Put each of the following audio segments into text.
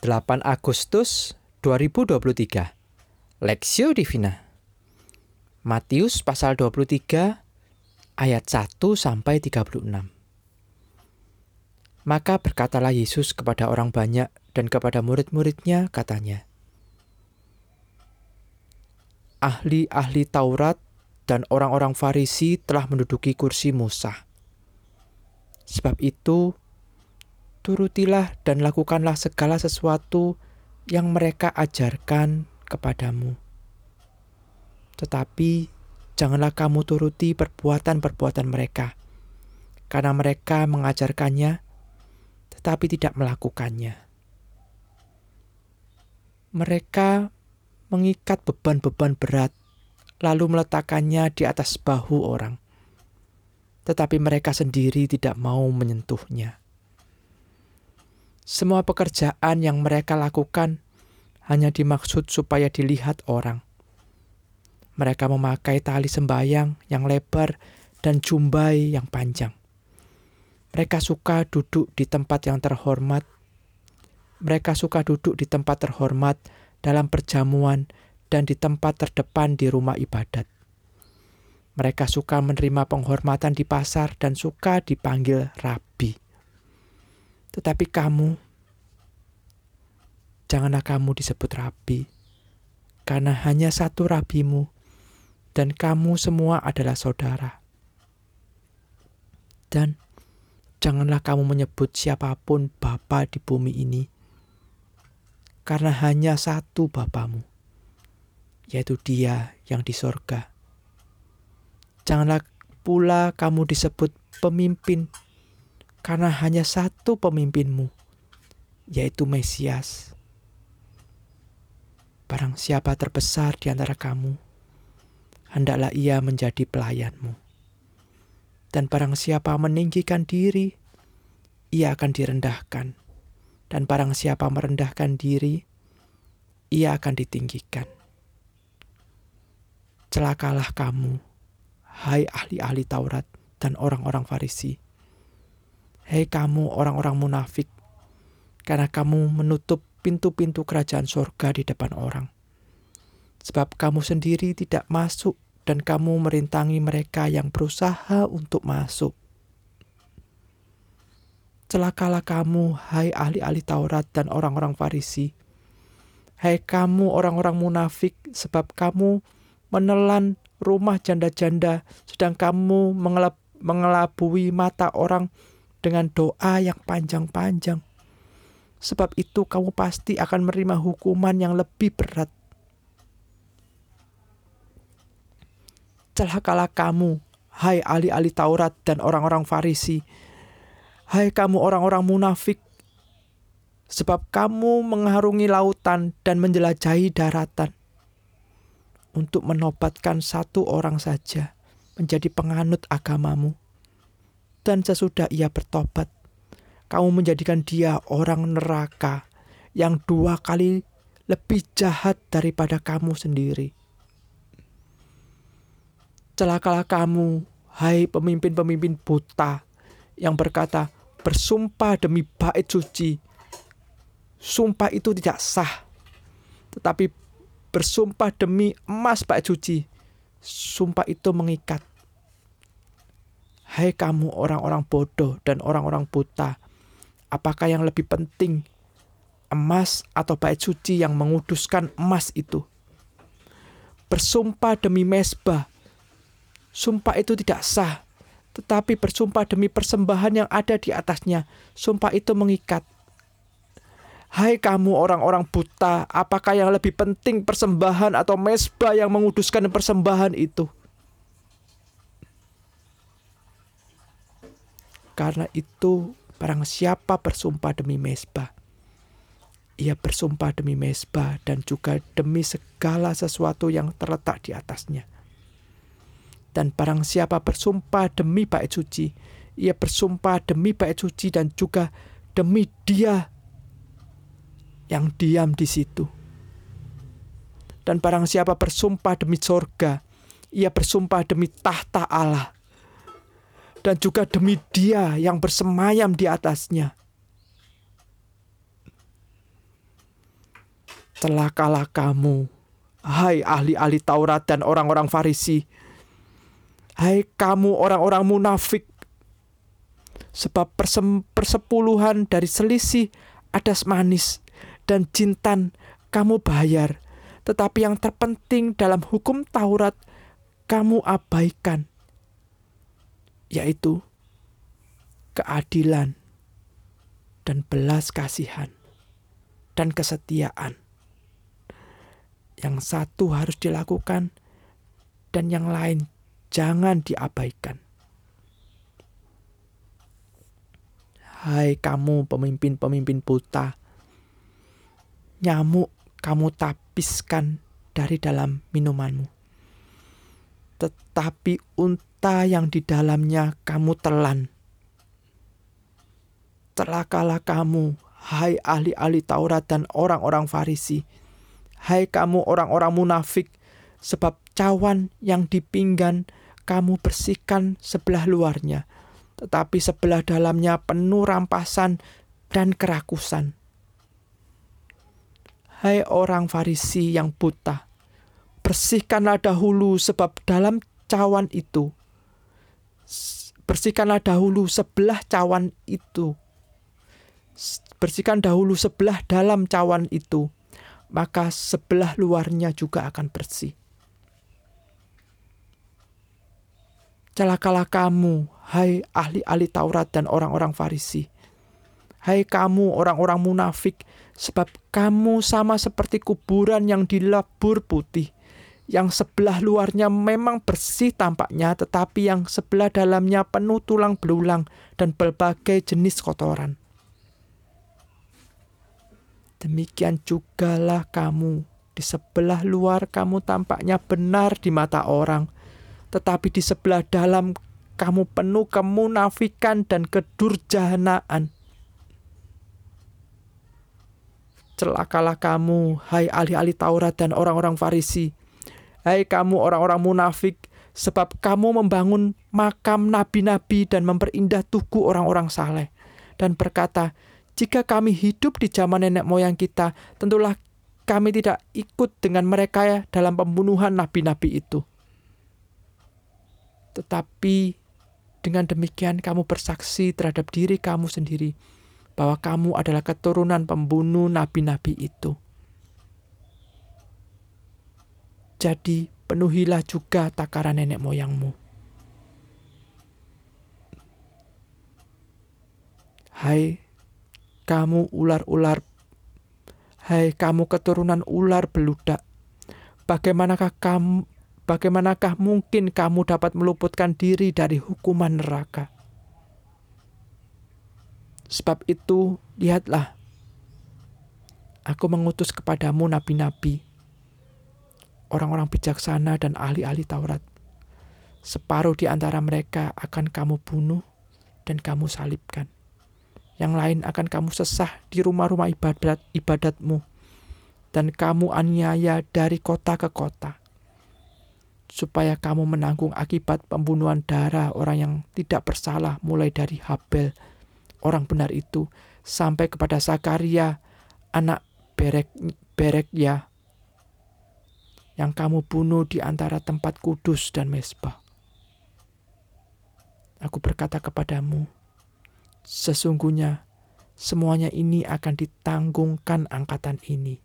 8 Agustus 2023. Lexio Divina. Matius pasal 23 ayat 1 sampai 36. Maka berkatalah Yesus kepada orang banyak dan kepada murid-muridnya, katanya, ahli-ahli Taurat dan orang-orang Farisi telah menduduki kursi Musa. Sebab itu, turutilah dan lakukanlah segala sesuatu yang mereka ajarkan kepadamu. Tetapi janganlah kamu turuti perbuatan-perbuatan mereka, karena mereka mengajarkannya, tetapi tidak melakukannya. Mereka mengikat beban-beban berat, lalu meletakkannya di atas bahu orang, tetapi mereka sendiri tidak mau menyentuhnya. Semua pekerjaan yang mereka lakukan hanya dimaksud supaya dilihat orang. Mereka memakai tali sembayang yang lebar dan jumbai yang panjang. Mereka suka duduk di tempat yang terhormat. Mereka suka duduk di tempat terhormat dalam perjamuan dan di tempat terdepan di rumah ibadat. Mereka suka menerima penghormatan di pasar dan suka dipanggil rabi. Tetapi kamu, janganlah kamu disebut rabi, karena hanya satu rabimu, dan kamu semua adalah saudara. Dan janganlah kamu menyebut siapapun bapa di bumi ini, karena hanya satu Bapamu, yaitu Dia yang di sorga. Janganlah pula kamu disebut pemimpin, karena hanya satu pemimpinmu, yaitu Mesias. Barang siapa terbesar di antara kamu, hendaklah ia menjadi pelayanmu. Dan barang siapa meninggikan diri, ia akan direndahkan. Dan barang siapa merendahkan diri, ia akan ditinggikan. Celakalah kamu, hai ahli-ahli Taurat dan orang-orang Farisi. Hei kamu orang-orang munafik, karena kamu menutup pintu-pintu kerajaan surga di depan orang. Sebab kamu sendiri tidak masuk dan kamu merintangi mereka yang berusaha untuk masuk. Celakalah kamu, hai ahli-ahli Taurat dan orang-orang Farisi. Hai kamu orang-orang munafik, sebab kamu menelan rumah janda-janda, sedang kamu mengelabui mata orang dengan doa yang panjang-panjang. Sebab itu kamu pasti akan menerima hukuman yang lebih berat. Celakalah kamu, hai ahli-ahli Taurat dan orang-orang Farisi. Hai kamu orang-orang munafik, sebab kamu mengarungi lautan dan menjelajahi daratan untuk menobatkan satu orang saja menjadi penganut agamamu. Dan sesudah ia bertobat, kamu menjadikan dia orang neraka yang 2 kali lebih jahat daripada kamu sendiri. Celakalah kamu, hai pemimpin-pemimpin buta, yang berkata, bersumpah demi bait suci. Sumpah itu tidak sah, tetapi bersumpah demi emas bait suci. Sumpah itu mengikat. Hai kamu orang-orang bodoh dan orang-orang buta, apakah yang lebih penting, emas atau bait suci yang menguduskan emas itu? Bersumpah demi mezbah. Sumpah itu tidak sah, tetapi bersumpah demi persembahan yang ada di atasnya. Sumpah itu mengikat. Hai kamu orang-orang buta, apakah yang lebih penting, persembahan atau mezbah yang menguduskan persembahan itu? Karena itu, barang siapa bersumpah demi mezbah, ia bersumpah demi mezbah dan juga demi segala sesuatu yang terletak di atasnya. Dan barang siapa bersumpah demi bait suci, ia bersumpah demi bait suci dan juga demi Dia yang diam di situ. Dan barang siapa bersumpah demi sorga, ia bersumpah demi tahta Allah dan juga demi Dia yang bersemayam di atasnya. Celakalah kamu, hai ahli-ahli Taurat dan orang-orang Farisi. Hai kamu orang-orang munafik, sebab persepuluhan dari selisih adas manis dan jintan kamu bayar, tetapi yang terpenting dalam hukum Taurat kamu abaikan, yaitu keadilan dan belas kasihan dan kesetiaan. Yang satu harus dilakukan dan yang lain jangan diabaikan. Hai kamu pemimpin-pemimpin buta, nyamuk kamu tapiskan dari dalam minumanmu, tetapi unta yang di dalamnya kamu telan. Celakalah kamu, hai ahli-ahli Taurat dan orang-orang Farisi. Hai kamu orang-orang munafik, sebab cawan yang dipinggan kamu bersihkan sebelah luarnya, tetapi sebelah dalamnya penuh rampasan dan kerakusan. Hai orang Farisi yang buta, bersihkanlah dahulu sebelah cawan itu. Bersihkan dahulu sebelah dalam cawan itu, maka sebelah luarnya juga akan bersih. Celakalah kamu, hai ahli-ahli Taurat dan orang-orang Farisi. Hai kamu orang-orang munafik, sebab kamu sama seperti kuburan yang dilabur putih, yang sebelah luarnya memang bersih tampaknya, tetapi yang sebelah dalamnya penuh tulang belulang dan berbagai jenis kotoran. Demikian jugalah kamu, di sebelah luar kamu tampaknya benar di mata orang, tetapi di sebelah dalam kamu penuh kemunafikan dan kedurjanaan. Celakalah kamu, hai ahli-ahli Taurat dan orang-orang Farisi. Hai kamu orang-orang munafik, sebab kamu membangun makam nabi-nabi dan memperindah tugu orang-orang saleh, dan berkata, jika kami hidup di zaman nenek moyang kita, tentulah kami tidak ikut dengan mereka dalam pembunuhan nabi-nabi itu. Tetapi dengan demikian kamu bersaksi terhadap diri kamu sendiri, bahwa kamu adalah keturunan pembunuh nabi-nabi itu. Jadi penuhilah juga takaran nenek moyangmu. Hai kamu ular-ular, hai kamu keturunan ular beludak, bagaimanakah mungkin kamu dapat meluputkan diri dari hukuman neraka? Sebab itu, lihatlah, aku mengutus kepadamu nabi-nabi, orang-orang bijaksana dan ahli-ahli Taurat. Separuh di antara mereka akan kamu bunuh dan kamu salibkan. Yang lain akan kamu sesah di rumah-rumah ibadatmu, dan kamu aniaya dari kota ke kota, supaya kamu menanggung akibat pembunuhan darah orang yang tidak bersalah, mulai dari Habel, orang benar itu, sampai kepada Zakaria, anak Berekya, yang kamu bunuh di antara tempat kudus dan mezbah. Aku berkata kepadamu, sesungguhnya semuanya ini akan ditanggungkan angkatan ini.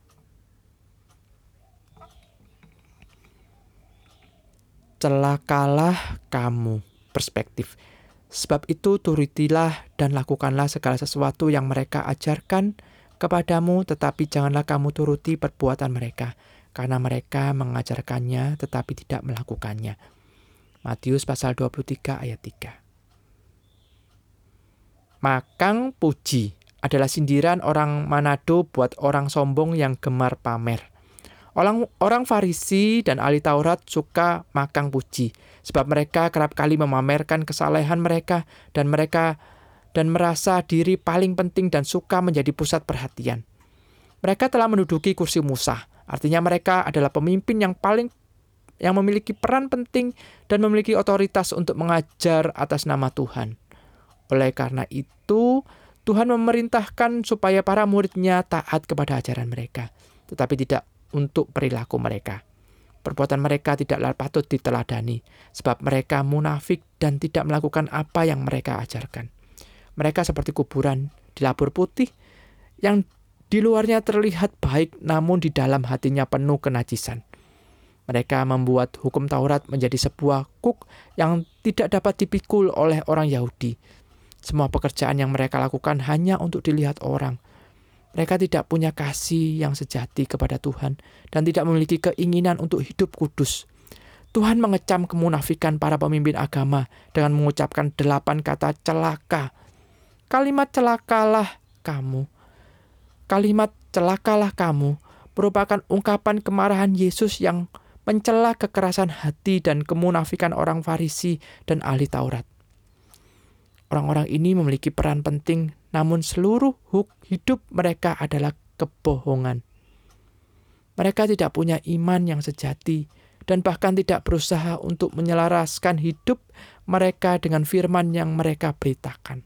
Celakalah kamu, perspektif. Sebab itu turutilah dan lakukanlah segala sesuatu yang mereka ajarkan kepadamu, tetapi janganlah kamu turuti perbuatan mereka, karena mereka mengajarkannya tetapi tidak melakukannya. Matius pasal 23 ayat 3. Makang puji adalah sindiran orang Manado buat orang sombong yang gemar pamer. Orang Farisi dan ahli Taurat suka makang puji, sebab mereka kerap kali memamerkan kesalehan mereka dan merasa diri paling penting dan suka menjadi pusat perhatian. Mereka telah menduduki kursi Musa, artinya mereka adalah pemimpin yang memiliki peran penting dan memiliki otoritas untuk mengajar atas nama Tuhan. Oleh karena itu, Tuhan memerintahkan supaya para muridnya taat kepada ajaran mereka. tetapi tidak untuk perilaku mereka. Perbuatan mereka tidaklah patut diteladani, sebab mereka munafik dan tidak melakukan apa yang mereka ajarkan. Mereka seperti kuburan dilabur putih, yang di luarnya terlihat baik, namun di dalam hatinya penuh kenajisan. Mereka membuat hukum Taurat menjadi sebuah kuk yang tidak dapat dipikul oleh orang Yahudi. Semua pekerjaan yang mereka lakukan hanya untuk dilihat orang. Mereka tidak punya kasih yang sejati kepada Tuhan dan tidak memiliki keinginan untuk hidup kudus. Tuhan mengecam kemunafikan para pemimpin agama dengan mengucapkan 8 kata celaka. Kalimat celakalah kamu merupakan ungkapan kemarahan Yesus yang mencela kekerasan hati dan kemunafikan orang Farisi dan ahli Taurat. Orang-orang ini memiliki peran penting, namun seluruh hidup mereka adalah kebohongan. Mereka tidak punya iman yang sejati dan bahkan tidak berusaha untuk menyelaraskan hidup mereka dengan firman yang mereka beritakan.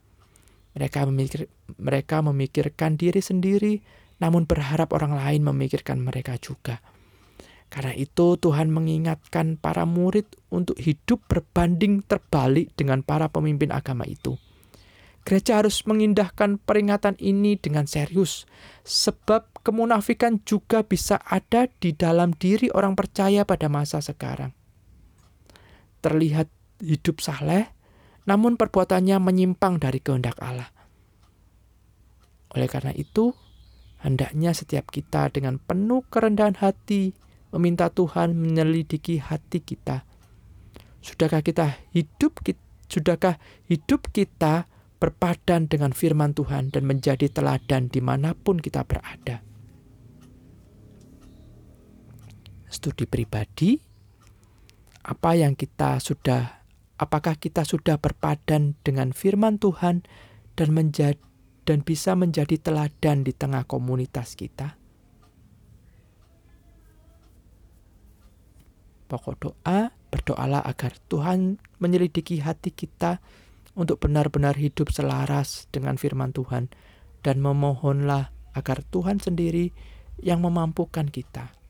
Mereka memikirkan diri sendiri, namun berharap orang lain memikirkan mereka juga. Karena itu Tuhan mengingatkan para murid untuk hidup berbanding terbalik dengan para pemimpin agama itu. Gereja harus mengindahkan peringatan ini dengan serius, sebab kemunafikan juga bisa ada di dalam diri orang percaya pada masa sekarang. Terlihat hidup saleh, namun perbuatannya menyimpang dari kehendak Allah. Oleh karena itu, hendaknya setiap kita dengan penuh kerendahan hati meminta Tuhan menyelidiki hati kita. Sudahkah hidup kita berpadan dengan firman Tuhan dan menjadi teladan dimanapun kita berada? Studi pribadi, apakah kita sudah berpadan dengan firman Tuhan dan bisa menjadi teladan di tengah komunitas kita? Pokok doa, berdoalah agar Tuhan menyelidiki hati kita untuk benar-benar hidup selaras dengan firman Tuhan, dan memohonlah agar Tuhan sendiri yang memampukan kita.